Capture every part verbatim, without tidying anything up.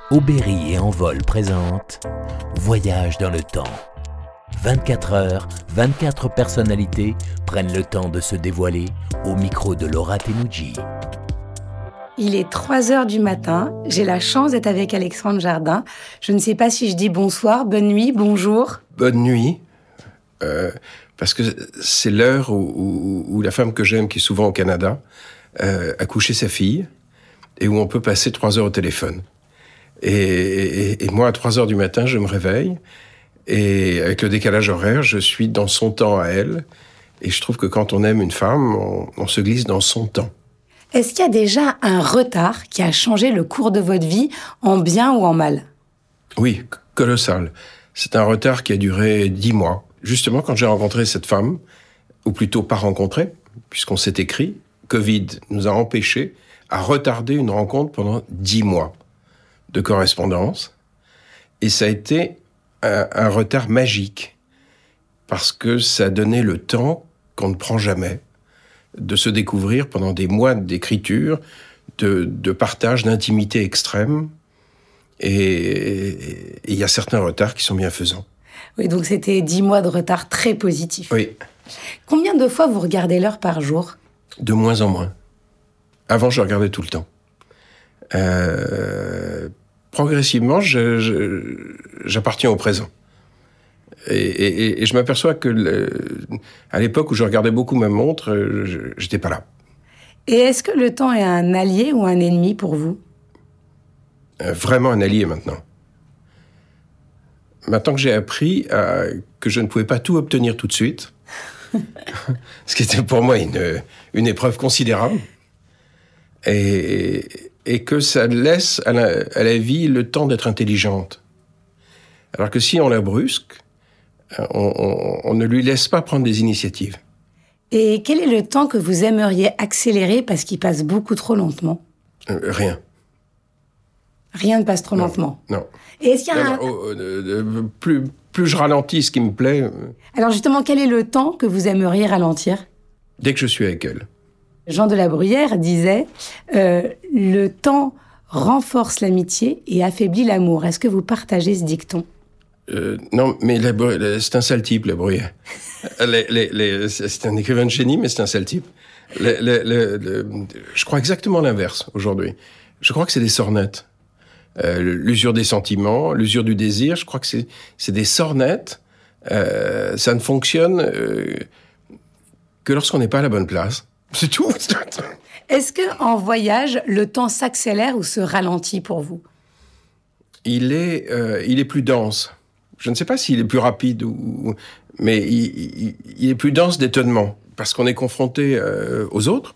Aubéry et Envol présente Voyage dans le temps. vingt-quatre heures, vingt-quatre personnalités prennent le temps de se dévoiler au micro de Laura Tenucci. Il est trois heures du matin, j'ai la chance d'être avec Alexandre Jardin. Je ne sais pas si je dis bonsoir, bonne nuit, bonjour. Bonne nuit, euh, parce que c'est l'heure où, où, où la femme que j'aime, qui est souvent au Canada, euh, a couché sa fille, et où on peut passer trois heures au téléphone. Et, et, et moi, à trois heures du matin, je me réveille, et avec le décalage horaire, je suis dans son temps à elle, et je trouve que quand on aime une femme, on, on se glisse dans son temps. Est-ce qu'il y a déjà un retard qui a changé le cours de votre vie, en bien ou en mal ? Oui, colossal. C'est un retard qui a duré dix mois. Justement, quand j'ai rencontré cette femme, ou plutôt pas rencontré, puisqu'on s'est écrit, Covid nous a empêchés à retarder une rencontre pendant dix mois de correspondance. Et ça a été un, un retard magique, parce que ça a donné le temps qu'on ne prend jamais de se découvrir pendant des mois d'écriture, de, de partage, d'intimité extrême. Et il y a certains retards qui sont bienfaisants. Oui, donc c'était dix mois de retard très positif. Oui. Combien de fois vous regardez l'heure par jour ? De moins en moins. Avant, je regardais tout le temps. Euh, progressivement, je, je, j'appartiens au présent. Et, et, et je m'aperçois que, le, à l'époque où je regardais beaucoup ma montre, je, j'étais pas là. Et est-ce que le temps est un allié ou un ennemi pour vous ? Euh, vraiment un allié maintenant. Maintenant que j'ai appris à, que je ne pouvais pas tout obtenir tout de suite, ce qui était pour moi une, une épreuve considérable, et, et que ça laisse à la, à la vie le temps d'être intelligente. Alors que si on la brusque, on, on, on ne lui laisse pas prendre des initiatives. Et quel est le temps que vous aimeriez accélérer parce qu'il passe beaucoup trop lentement ? Euh, rien. Rien ne passe trop non, lentement. Non. Et est-ce qu'il y a non, un... non, euh, euh, plus, plus je ralentis ce qui me plaît... Euh... Alors justement, quel est le temps que vous aimeriez ralentir ? Dès que je suis avec elle. Jean de la Bruyère disait euh, « Le temps renforce l'amitié et affaiblit l'amour ». Est-ce que vous partagez ce dicton ? Euh, non, mais la, la, c'est un sale type, la Bruyère. les, les, les, c'est un écrivain de génie, mais c'est un sale type. Les, les, les, les, je crois exactement l'inverse, aujourd'hui. Je crois que c'est des sornettes. Euh, l'usure des sentiments, l'usure du désir, je crois que c'est, c'est des sornettes. Euh, ça ne fonctionne euh, que lorsqu'on n'est pas à la bonne place. C'est tout. Est-ce qu'en voyage, le temps s'accélère ou se ralentit pour vous ? Il est, euh, il est plus dense. Je ne sais pas s'il est plus rapide, ou, mais il, il, il est plus dense d'étonnement, parce qu'on est confronté euh, aux autres.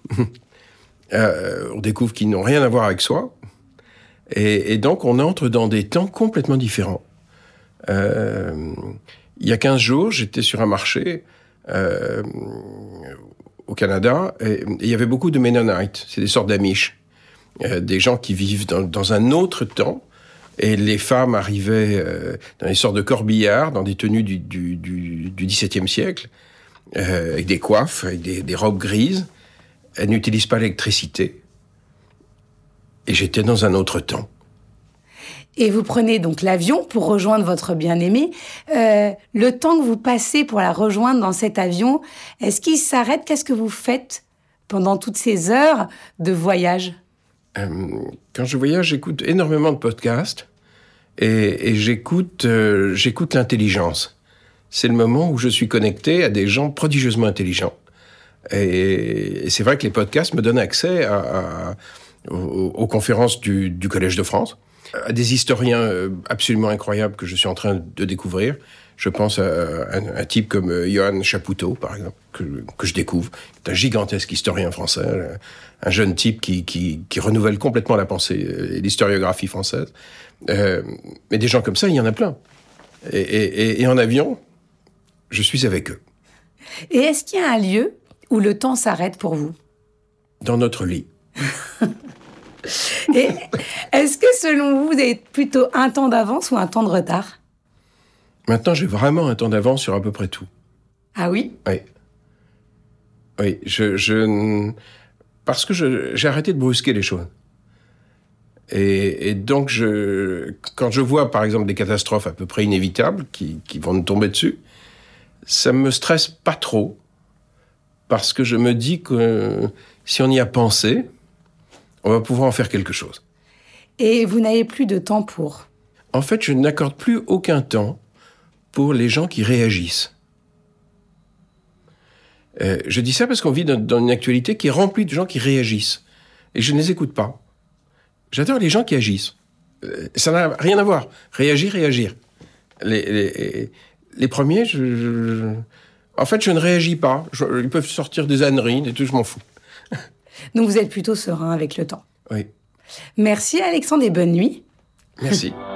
euh, on découvre qu'ils n'ont rien à voir avec soi. Et, et donc, on entre dans des temps complètement différents. Euh, il y a quinze jours, j'étais sur un marché euh, au Canada, et, et il y avait beaucoup de Mennonites. C'est des sortes d'Amish. Euh, des gens qui vivent dans, dans un autre temps. Et les femmes arrivaient euh, dans des sortes de corbillards, dans des tenues du, du, du, du dix-septième siècle, euh, avec des coiffes, avec des, des robes grises. Elles n'utilisent pas l'électricité. Et j'étais dans un autre temps. Et vous prenez donc l'avion pour rejoindre votre bien-aimé. Euh, le temps que vous passez pour la rejoindre dans cet avion, est-ce qu'il s'arrête ? Qu'est-ce que vous faites pendant toutes ces heures de voyage ? euh, Quand je voyage, j'écoute énormément de podcasts et, et j'écoute, euh, j'écoute l'intelligence. C'est le moment où je suis connecté à des gens prodigieusement intelligents. Et, et c'est vrai que les podcasts me donnent accès à... à Aux, aux conférences du, du Collège de France, à des historiens absolument incroyables que je suis en train de découvrir. Je pense à un, un type comme Johann Chapoutot, par exemple, que, que je découvre. C'est un gigantesque historien français, un jeune type qui, qui, qui renouvelle complètement la pensée et l'historiographie française. Euh, mais des gens comme ça, il y en a plein. Et, et, et en avion, je suis avec eux. Et est-ce qu'il y a un lieu où le temps s'arrête pour vous ? Dans notre lit. Et est-ce que, selon vous, vous avez plutôt un temps d'avance ou un temps de retard ? Maintenant, j'ai vraiment un temps d'avance sur à peu près tout. Ah oui ? Oui. Oui, je... je parce que je, j'ai arrêté de brusquer les choses. Et, et donc, je, quand je vois, par exemple, des catastrophes à peu près inévitables qui, qui vont nous tomber dessus, ça me stresse pas trop, parce que je me dis que si on y a pensé, on va pouvoir en faire quelque chose. Et vous n'avez plus de temps pour? En fait, je n'accorde plus aucun temps pour les gens qui réagissent. Euh, je dis ça parce qu'on vit dans, dans une actualité qui est remplie de gens qui réagissent. Et je ne les écoute pas. J'adore les gens qui agissent. Euh, ça n'a rien à voir. Réagir, réagir. Les, les, les premiers, je, je, en fait, je ne réagis pas. Je, ils peuvent sortir des âneries et tout, je m'en fous. Donc vous êtes plutôt serein avec le temps. Oui. Merci Alexandre et bonne nuit. Merci.